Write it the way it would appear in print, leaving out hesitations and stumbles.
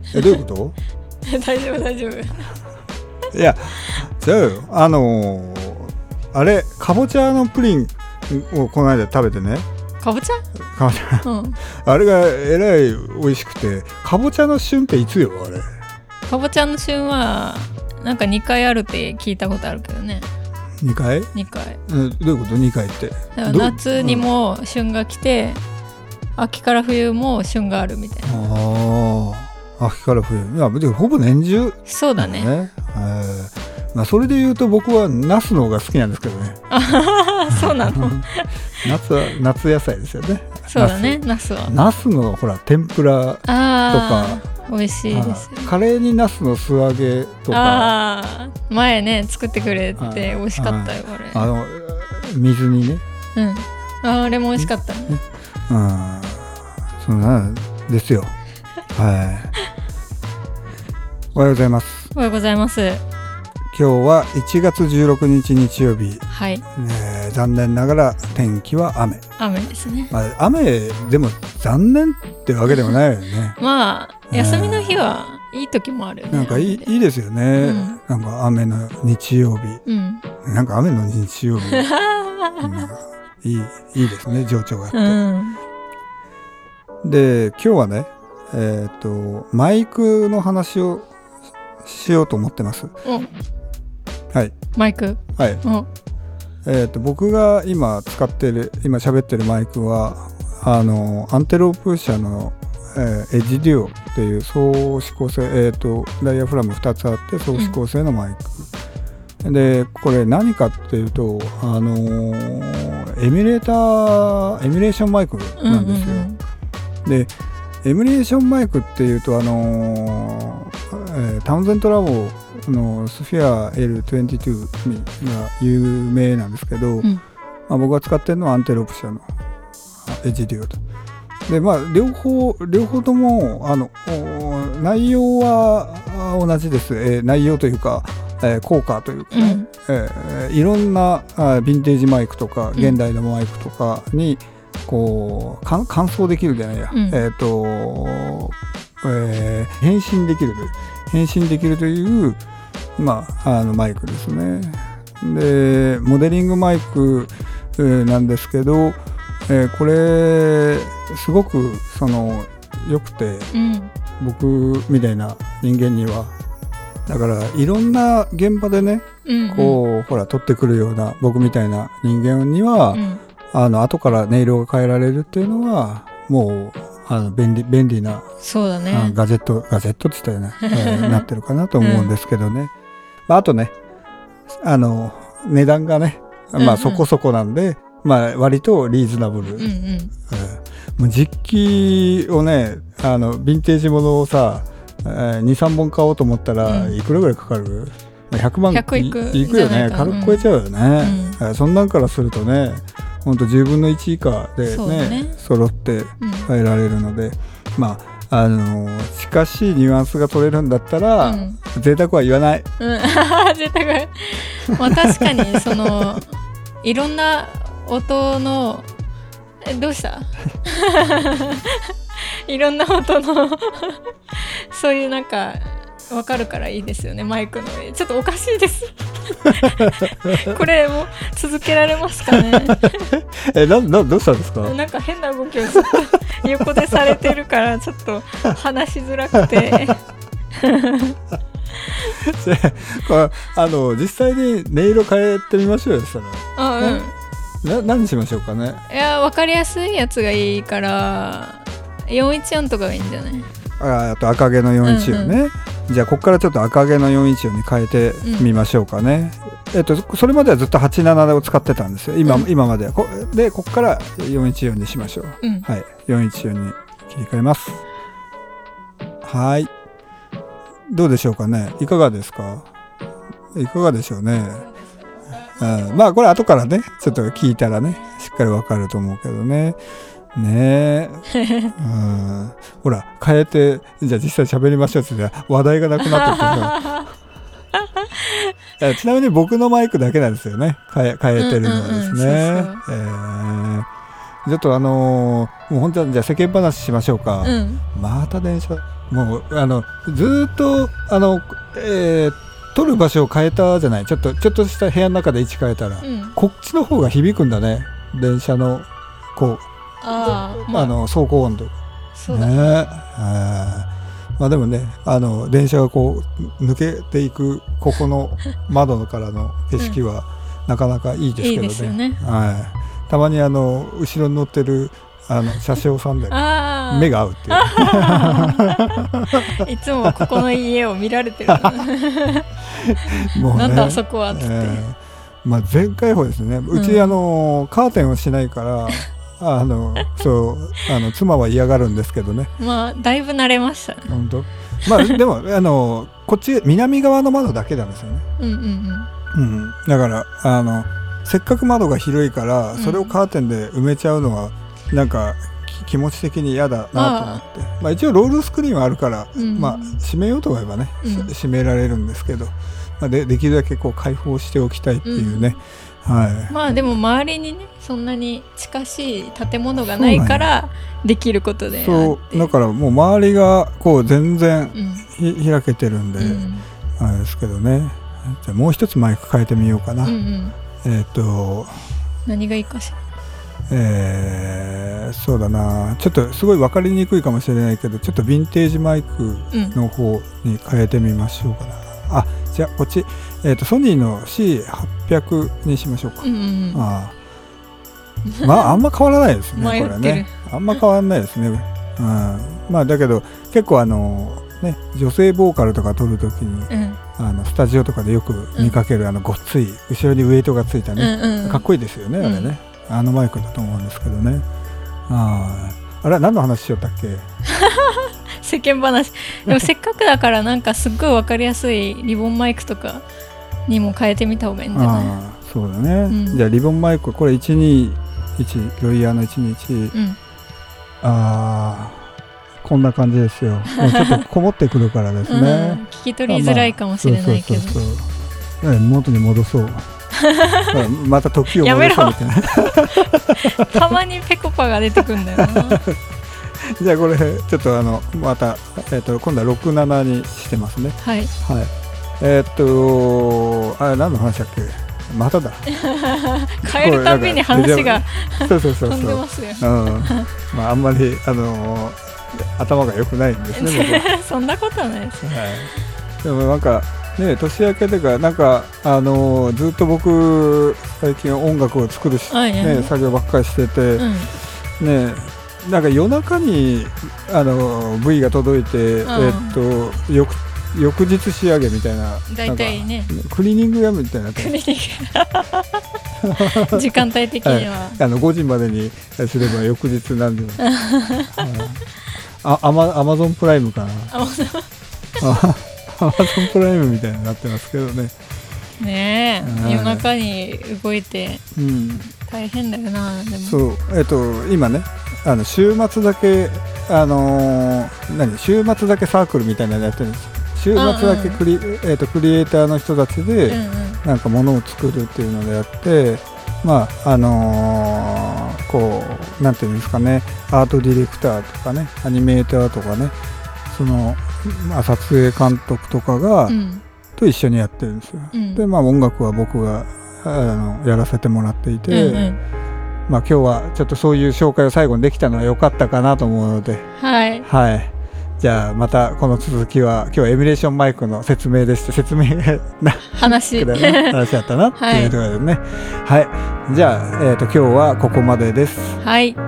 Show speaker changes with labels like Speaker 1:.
Speaker 1: どういうこと？
Speaker 2: 大丈夫大丈夫。
Speaker 1: いや違うよ、あれかぼちゃのプリンをこの間食べてね。
Speaker 2: かぼちゃ、
Speaker 1: あれがえらい美味しくて。かぼちゃの旬っていつよあれ？
Speaker 2: かぼちゃの旬はなんか2回あるって聞いたことあるけどね。
Speaker 1: 2回？
Speaker 2: 2回。
Speaker 1: どういうこと？2回って
Speaker 2: 夏にも旬が来て、秋から冬も旬があるみたいな。
Speaker 1: 秋から冬、いやほぼ年中。
Speaker 2: そうだね。
Speaker 1: まあ、それで言うと僕はナスの方が好きなんですけどね。
Speaker 2: そうなの？
Speaker 1: 夏野菜ですよね。
Speaker 2: そうだね、ナスは。
Speaker 1: ナスのほら天ぷらとか
Speaker 2: 美味しいですよ。
Speaker 1: カレーにナスの素揚げとか。
Speaker 2: 前ね作ってくれて美味しかったよあれ。
Speaker 1: 水にね。
Speaker 2: あれも美味しかったね。
Speaker 1: そうなんですよ。はい。おはようございます。
Speaker 2: おはようございます。
Speaker 1: 今日は1月16日日曜日。
Speaker 2: はい。
Speaker 1: 残念ながら天気は雨。
Speaker 2: 雨ですね。
Speaker 1: まあ、雨でも残念ってわけでもないよね。
Speaker 2: まあ休みの日はいい時もあるよね。
Speaker 1: なんかいいですよね。なんか雨の日曜日。なんか雨の日曜日。いいですね、情緒があって。で今日はね、マイクの話をしようと思ってます。はい。マイク。はい。僕が今喋ってるマイクはアンテロープ社の、エッジデュオっていう総指向性、ダイヤフラム2つあって総指向性のマイク、でこれ何かっていうとエミュレーションマイクなんですよ。でエミュレーションマイクっていうとタウンゼントラボのスフィア L22 が有名なんですけど、僕が使ってるのはアンテロープ社のエッジデュオと。で両方とも内容は同じです。内容というか、効果というかね、いろんなヴィンテージマイクとか現代のマイクとかにこう乾燥できるじゃないや、変身できるというマイクですね。でモデリングマイクなんですけど、これすごく良くて、僕みたいな人間にはだからいろんな現場でね、こうほら撮ってくるような僕みたいな人間には、後から音色が変えられるっていうのはもう便利な、
Speaker 2: そうだね、
Speaker 1: ガジェットって言ったよね、なってるかなと思うんですけどね。あとね値段がね、そこそこなんで、割とリーズナブル。もう実機をねヴィンテージものをさ、2、3本買おうと思ったらいくらぐらいかかる？100万いくよね。軽く超えちゃうよね。そんなんからするとね、ほんと10分の1以下でね揃って変えられるので、近しいニュアンスが取れるんだったら、贅沢は言わない。
Speaker 2: 贅沢。確かにいろんな音のどうしたいろんな音のそういうなんか分かるからいいですよね。マイクの上ちょっとおかしいですこれも続けられますかね
Speaker 1: どうしたんですか？
Speaker 2: なんか変な動きをずっと横でされてるからちょっと話しづらくて
Speaker 1: 実際に音色変えてみましょうよ。そ
Speaker 2: の
Speaker 1: 何しましょうかね。
Speaker 2: いや分かりやすいやつがいいから414とかがいいんじゃない？
Speaker 1: あと赤毛の414ね、じゃあここからちょっと赤毛の414に変えてみましょうかね。それまではずっと87を使ってたんですよ。今まではここから414にしましょう。はい、414に切り替えます。はい、どうでしょうかね。いかがですか？いかがでしょうね。これ後からねちょっと聞いたらねしっかりわかると思うけどね。ほら変えてじゃあ実際喋りましょうって言ったら話題がなくなってるちなみに僕のマイクだけなんですよね。変えてるのはですね。 ちょっともう本当はじゃあ世間話しましょうか。また電車もうずっと撮る場所を変えたじゃない。ちょっとした部屋の中で位置変えたら、こっちの方が響くんだね、電車のこう走行音と
Speaker 2: そうだね。
Speaker 1: まあでもね、電車がこう抜けていくここの窓からの景色はなかなかいいですけどね。いいですよね。たまに後ろに乗ってる車掌さんで目が合うって
Speaker 2: いういつもここの家を見られてるもう、ね、なんだあそこはっつって、
Speaker 1: まあ、全開放ですね。うちカーテンをしないからそう妻は嫌がるんですけどね。
Speaker 2: まあだいぶ慣れましたね。
Speaker 1: 本当。まあでもこっち南側の窓だけなんですよね。だからせっかく窓が広いからそれをカーテンで埋めちゃうのはなんか気持ち的に嫌だなと思って、まあ、一応ロールスクリーンはあるから、まあ、閉めようと思えばね、閉められるんですけど、まあ、できるだけこう開放しておきたいっていうね、
Speaker 2: まあでも周りにねそんなに近しい建物がないからできることで
Speaker 1: そうだからもう周りがこう全然、開けてるんで、あれですけどね。じゃあもう一つマイク変えてみようかな。
Speaker 2: 何がいいかしら。
Speaker 1: そうだな、ちょっとすごい分かりにくいかもしれないけどちょっとヴィンテージマイクの方に変えてみましょうかな。じゃあこっち、ソニーの C800 にしましょうか。まああんま変わらないですねこれね。あんま変わらないですね。まあだけど結構ね、女性ボーカルとか撮るときに、スタジオとかでよく見かけるごっつい後ろにウエイトがついたね、かっこいいですよねあれね。マイクだと思うんですけどね。あれ何の話しよったっけ
Speaker 2: 世間話。でもせっかくだからなんかすっごい分かりやすいリボンマイクとかにも変えてみた方がいいんじゃない？
Speaker 1: そうだね、じゃあリボンマイクこれ121ロイヤーの121、こんな感じですよ。もうちょっとこもってくるからですね、
Speaker 2: 聞き取りづらいかもしれないけど、
Speaker 1: 元に戻そうまた時を戻そうみたいな
Speaker 2: たまにペコパが出てくるんだよな
Speaker 1: じゃあこれちょっとまた、今度は67にしてますね。
Speaker 2: はい、
Speaker 1: あれ何の話だっけ。まただ
Speaker 2: 変えるたびに話が飛んでますよ。
Speaker 1: まああんまり頭が良くないんですね僕
Speaker 2: そんなことはないです、
Speaker 1: でもなんかね、年明けとかなんかずっと僕最近音楽を作る作業ばっかりしてて、ね、なんか夜中にV が届いて、翌日仕上げみたいな、
Speaker 2: 大体ね
Speaker 1: クリーニングやみたいな
Speaker 2: 時間帯的には、
Speaker 1: 5時までにすれば翌日なんでアマゾンプライムかなアマゾンプライムみたいになってますけどね。
Speaker 2: ねえ、夜中に動いて大変だよな。でも
Speaker 1: そう今ね週末だけ週末だけサークルみたいなのやってるんですよ。週末だけクリエイターの人たちでなんか物を作るっていうのでやって、まあこうなんていうんですかね、アートディレクターとかね、アニメーターとかね、撮影監督とかが、と一緒にやってるんですよ。で音楽は僕がやらせてもらっていて、今日はちょっとそういう紹介を最後にできたのは良かったかなと思うので、じゃあまたこの続きは今日はエミュレーションマイクの説明でして、説明な話だったなっていうところでね。じゃあ今日はここまでです。